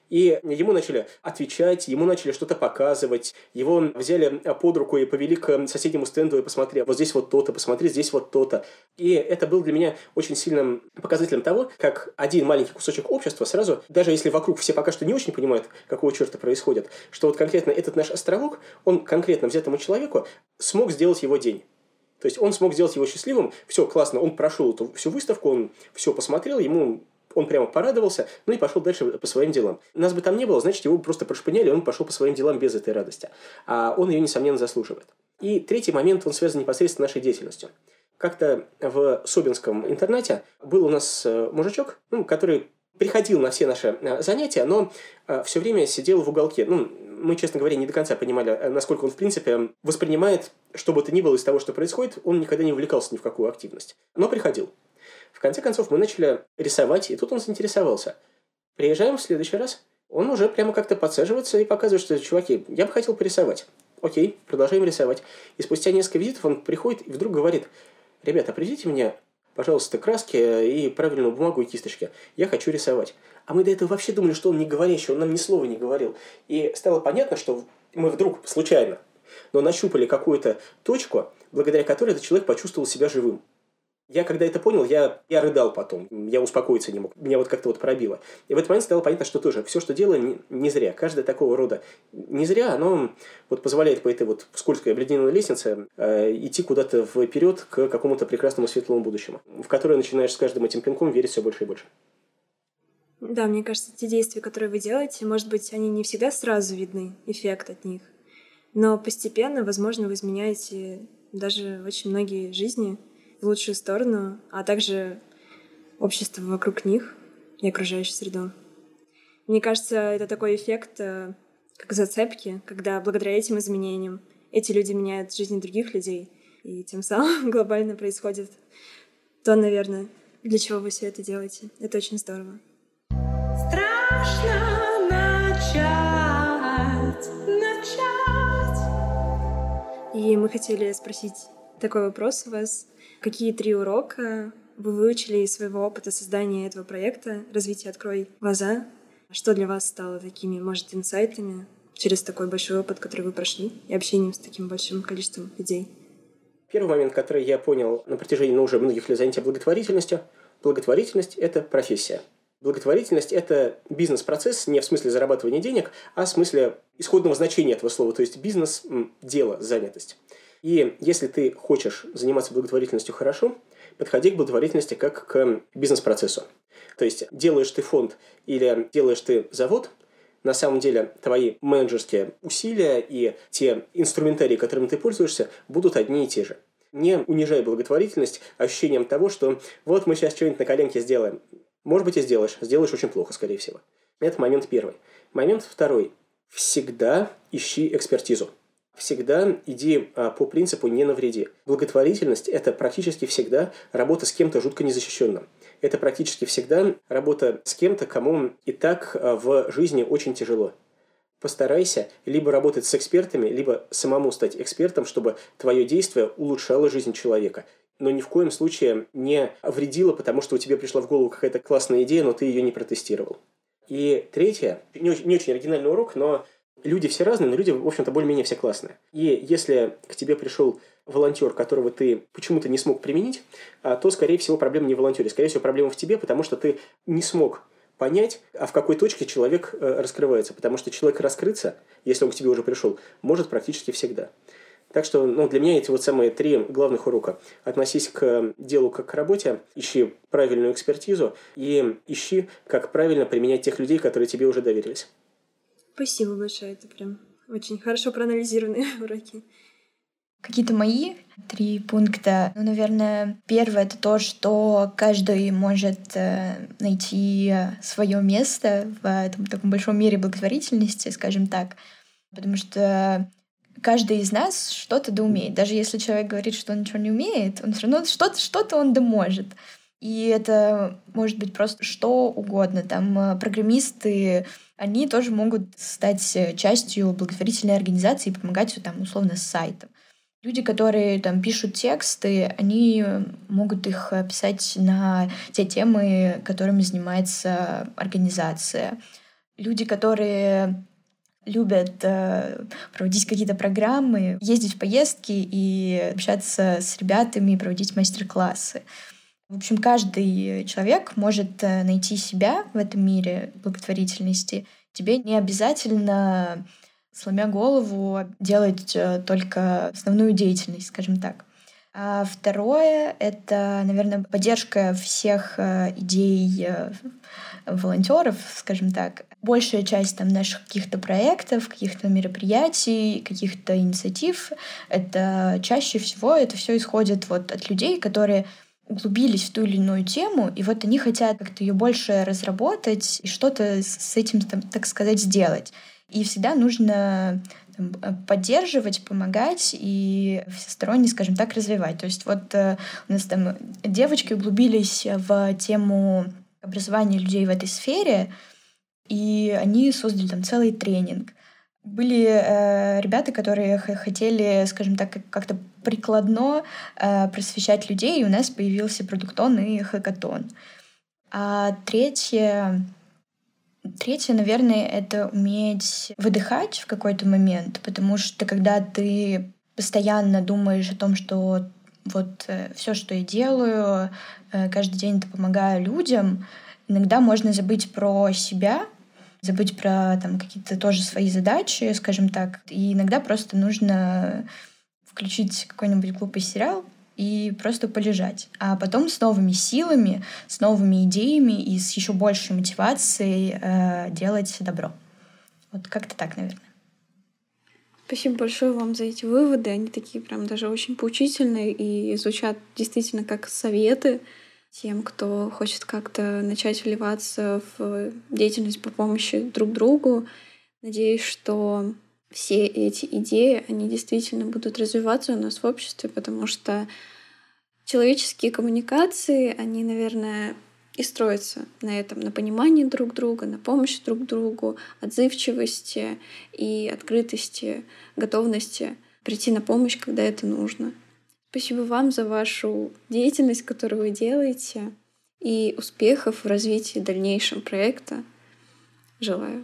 И ему начали отвечать, ему начали что-то показывать, его взяли под руку и повели к соседнему стенду и посмотрели, вот здесь вот то-то, посмотри, здесь вот то-то. И это был для меня очень сильным показателем того, как один маленький кусочек общества сразу, даже если вокруг все пока что не очень понимают, какого черта происходит, что вот конкретно этот наш островок, он конкретно взятому человеку смог сделать его день. То есть он смог сделать его счастливым, все классно, он прошел эту всю выставку, он все посмотрел, ему... Он прямо порадовался, ну и пошел дальше по своим делам. Нас бы там не было, значит, его просто прошпыняли, и он пошел по своим делам без этой радости. А он ее, несомненно, заслуживает. И третий момент, он связан непосредственно с нашей деятельностью. Как-то в Собинском интернате был у нас мужичок, ну, который приходил на все наши занятия, но все время сидел в уголке. Ну, мы, честно говоря, не до конца понимали, насколько он, в принципе, воспринимает что бы то ни было из того, что происходит. Он никогда не увлекался ни в какую активность. Но приходил. В конце концов, мы начали рисовать, и тут он заинтересовался. Приезжаем в следующий раз, он уже прямо как-то подсаживается и показывает, что, чуваки, я бы хотел порисовать. Окей, продолжаем рисовать. И спустя несколько визитов он приходит и вдруг говорит: ребята, привезите мне, пожалуйста, краски и правильную бумагу и кисточки. Я хочу рисовать. А мы до этого вообще думали, что он не говорящий, он нам ни слова не говорил. И стало понятно, что мы вдруг случайно, но нащупали какую-то точку, благодаря которой этот человек почувствовал себя живым. Я, когда это понял, я, я рыдал потом, я успокоиться не мог, меня вот как-то вот пробило. И в этот момент стало понятно, что тоже все, что делаю, не, не зря. Каждое такого рода не зря, оно вот позволяет по этой вот скользкой обледенелой лестнице э, идти куда-то вперед к какому-то прекрасному светлому будущему, в которое начинаешь с каждым этим пинком верить все больше и больше. Да, мне кажется, те действия, которые вы делаете, может быть, они не всегда сразу видны, эффект от них, но постепенно, возможно, вы изменяете даже очень многие жизни в лучшую сторону, а также общество вокруг них и окружающую среду. Мне кажется, это такой эффект, как зацепки, когда благодаря этим изменениям эти люди меняют жизни других людей, и тем самым глобально происходит то, наверное, для чего вы все это делаете. Это очень здорово. Страшно начать, начать. И мы хотели спросить такой вопрос у вас. Какие три урока вы выучили из своего опыта создания этого проекта «Развитие. Открой глаза»? Что для вас стало такими, может, инсайтами через такой большой опыт, который вы прошли, и общением с таким большим количеством людей? Первый момент, который я понял на протяжении ну, уже многих лет занятия благотворительностью, благотворительность – это профессия. Благотворительность – это бизнес-процесс не в смысле зарабатывания денег, а в смысле исходного значения этого слова, то есть бизнес – дело, занятость. И если ты хочешь заниматься благотворительностью хорошо, подходи к благотворительности как к бизнес-процессу. То есть делаешь ты фонд или делаешь ты завод, на самом деле твои менеджерские усилия и те инструментарии, которыми ты пользуешься, будут одни и те же. Не унижай благотворительность ощущением того, что вот мы сейчас что-нибудь на коленке сделаем. Может быть, и сделаешь. Сделаешь очень плохо, скорее всего. Это момент первый. Момент второй. Всегда ищи экспертизу. Всегда иди а, по принципу «не навреди». Благотворительность – это практически всегда работа с кем-то жутко незащищенным. Это практически всегда работа с кем-то, кому и так а, в жизни очень тяжело. Постарайся либо работать с экспертами, либо самому стать экспертом, чтобы твое действие улучшало жизнь человека. Но ни в коем случае не вредило, потому что у тебя пришла в голову какая-то классная идея, но ты ее не протестировал. И третье, не очень, не очень оригинальный урок, но люди все разные, но люди, в общем-то, более-менее все классные. И если к тебе пришел волонтер, которого ты почему-то не смог применить, то, скорее всего, проблема не в волонтере. Скорее всего, проблема в тебе, потому что ты не смог понять, а в какой точке человек раскрывается. Потому что человек раскрыться, если он к тебе уже пришел, может практически всегда. Так что ну, для меня эти вот самые три главных урока. Относись к делу как к работе, ищи правильную экспертизу и ищи, как правильно применять тех людей, которые тебе уже доверились. Спасибо большое, это прям очень хорошо проанализированные уроки. Какие-то мои три пункта. Ну, наверное, первое — это то, что каждый может найти свое место в этом таком большом мире благотворительности, скажем так. Потому что каждый из нас что-то да умеет. Даже если человек говорит, что он ничего не умеет, он все равно что-то, что-то он да может. И это может быть просто что угодно. Там программисты, они тоже могут стать частью благотворительной организации и помогать там, условно, с сайтом. Люди, которые там пишут тексты, они могут их писать на те темы, которыми занимается организация. люди, которые любят э, проводить какие-то программы, ездить в поездки и общаться с ребятами, проводить мастер-классы. В общем, каждый человек может э, найти себя в этом мире благотворительности. Тебе не обязательно, сломя голову, делать э, только основную деятельность, скажем так. А второе — это, наверное, поддержка всех э, идей э, волонтеров, скажем так. Большая часть там наших каких-то проектов, каких-то мероприятий, каких-то инициатив, это чаще всего это все исходит вот от людей, которые углубились в ту или иную тему, и вот они хотят как-то ее больше разработать и что-то с этим, там, так сказать, сделать. И всегда нужно там, поддерживать, помогать и всесторонне, скажем так, развивать. То есть вот э, у нас там девочки углубились в тему образования людей в этой сфере, и они создали там целый тренинг. Были э, ребята, которые х- хотели, скажем так, как- как-то прикладно э, просвещать людей, и у нас появился продуктон и хакатон. А третье, третье, наверное, это уметь выдыхать в какой-то момент, потому что когда ты постоянно думаешь о том, что вот э, все, что я делаю, э, каждый день это помогаю людям, иногда можно забыть про себя, забыть про там какие-то тоже свои задачи, скажем так. И иногда просто нужно включить какой-нибудь глупый сериал и просто полежать. А потом с новыми силами, с новыми идеями и с еще большей мотивацией э, делать добро. Вот как-то так, наверное. Спасибо большое вам за эти выводы. Они такие прям даже очень поучительные и звучат действительно как советы тем, кто хочет как-то начать вливаться в деятельность по помощи друг другу. Надеюсь, что все эти идеи, они действительно будут развиваться у нас в обществе, потому что человеческие коммуникации, они, наверное, и строятся на этом, на понимании друг друга, на помощи друг другу, отзывчивости и открытости, готовности прийти на помощь, когда это нужно. Спасибо вам за вашу деятельность, которую вы делаете, и успехов в развитии дальнейшего проекта. Желаю.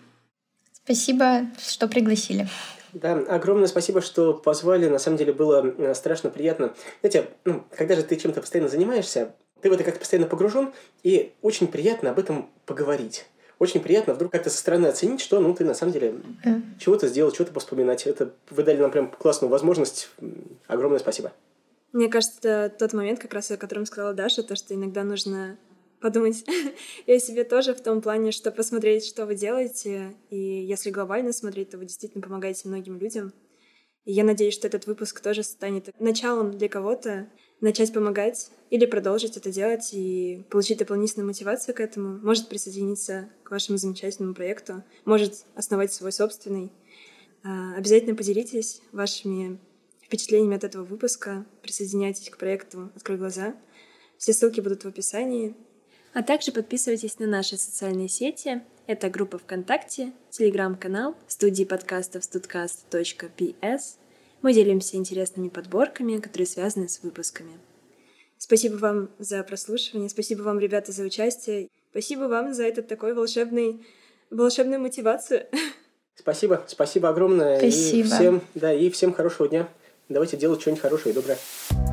Спасибо, что пригласили. Да, огромное спасибо, что позвали. На самом деле было страшно приятно. Знаете, ну, когда же ты чем-то постоянно занимаешься, ты в это как-то постоянно погружен, и очень приятно об этом поговорить. Очень приятно вдруг как-то со стороны оценить, что ну, ты на самом деле mm. чего-то сделал, чего-то поспоминать. Это вы дали нам прям классную возможность. Огромное спасибо. Мне кажется, это тот момент, как раз о котором сказала Даша, то, что иногда нужно подумать и о себе тоже в том плане, что посмотреть, что вы делаете, и если глобально смотреть, то вы действительно помогаете многим людям. И я надеюсь, что этот выпуск тоже станет началом для кого-то начать помогать или продолжить это делать и получить дополнительную мотивацию к этому, может присоединиться к вашему замечательному проекту, может основать свой собственный. Обязательно поделитесь вашими впечатлениями от этого выпуска, присоединяйтесь к проекту «Открой глаза». Все ссылки будут в описании. А также подписывайтесь на наши социальные сети. Это группа ВКонтакте, телеграм-канал студии подкастов студкаст точка пи эс. Мы делимся интересными подборками, которые связаны с выпусками. Спасибо вам за прослушивание, спасибо вам, ребята, за участие. Спасибо вам за этот такой волшебный, волшебную мотивацию. Спасибо, спасибо огромное. Спасибо. И всем, да, и всем хорошего дня. Давайте делать что-нибудь хорошее и доброе.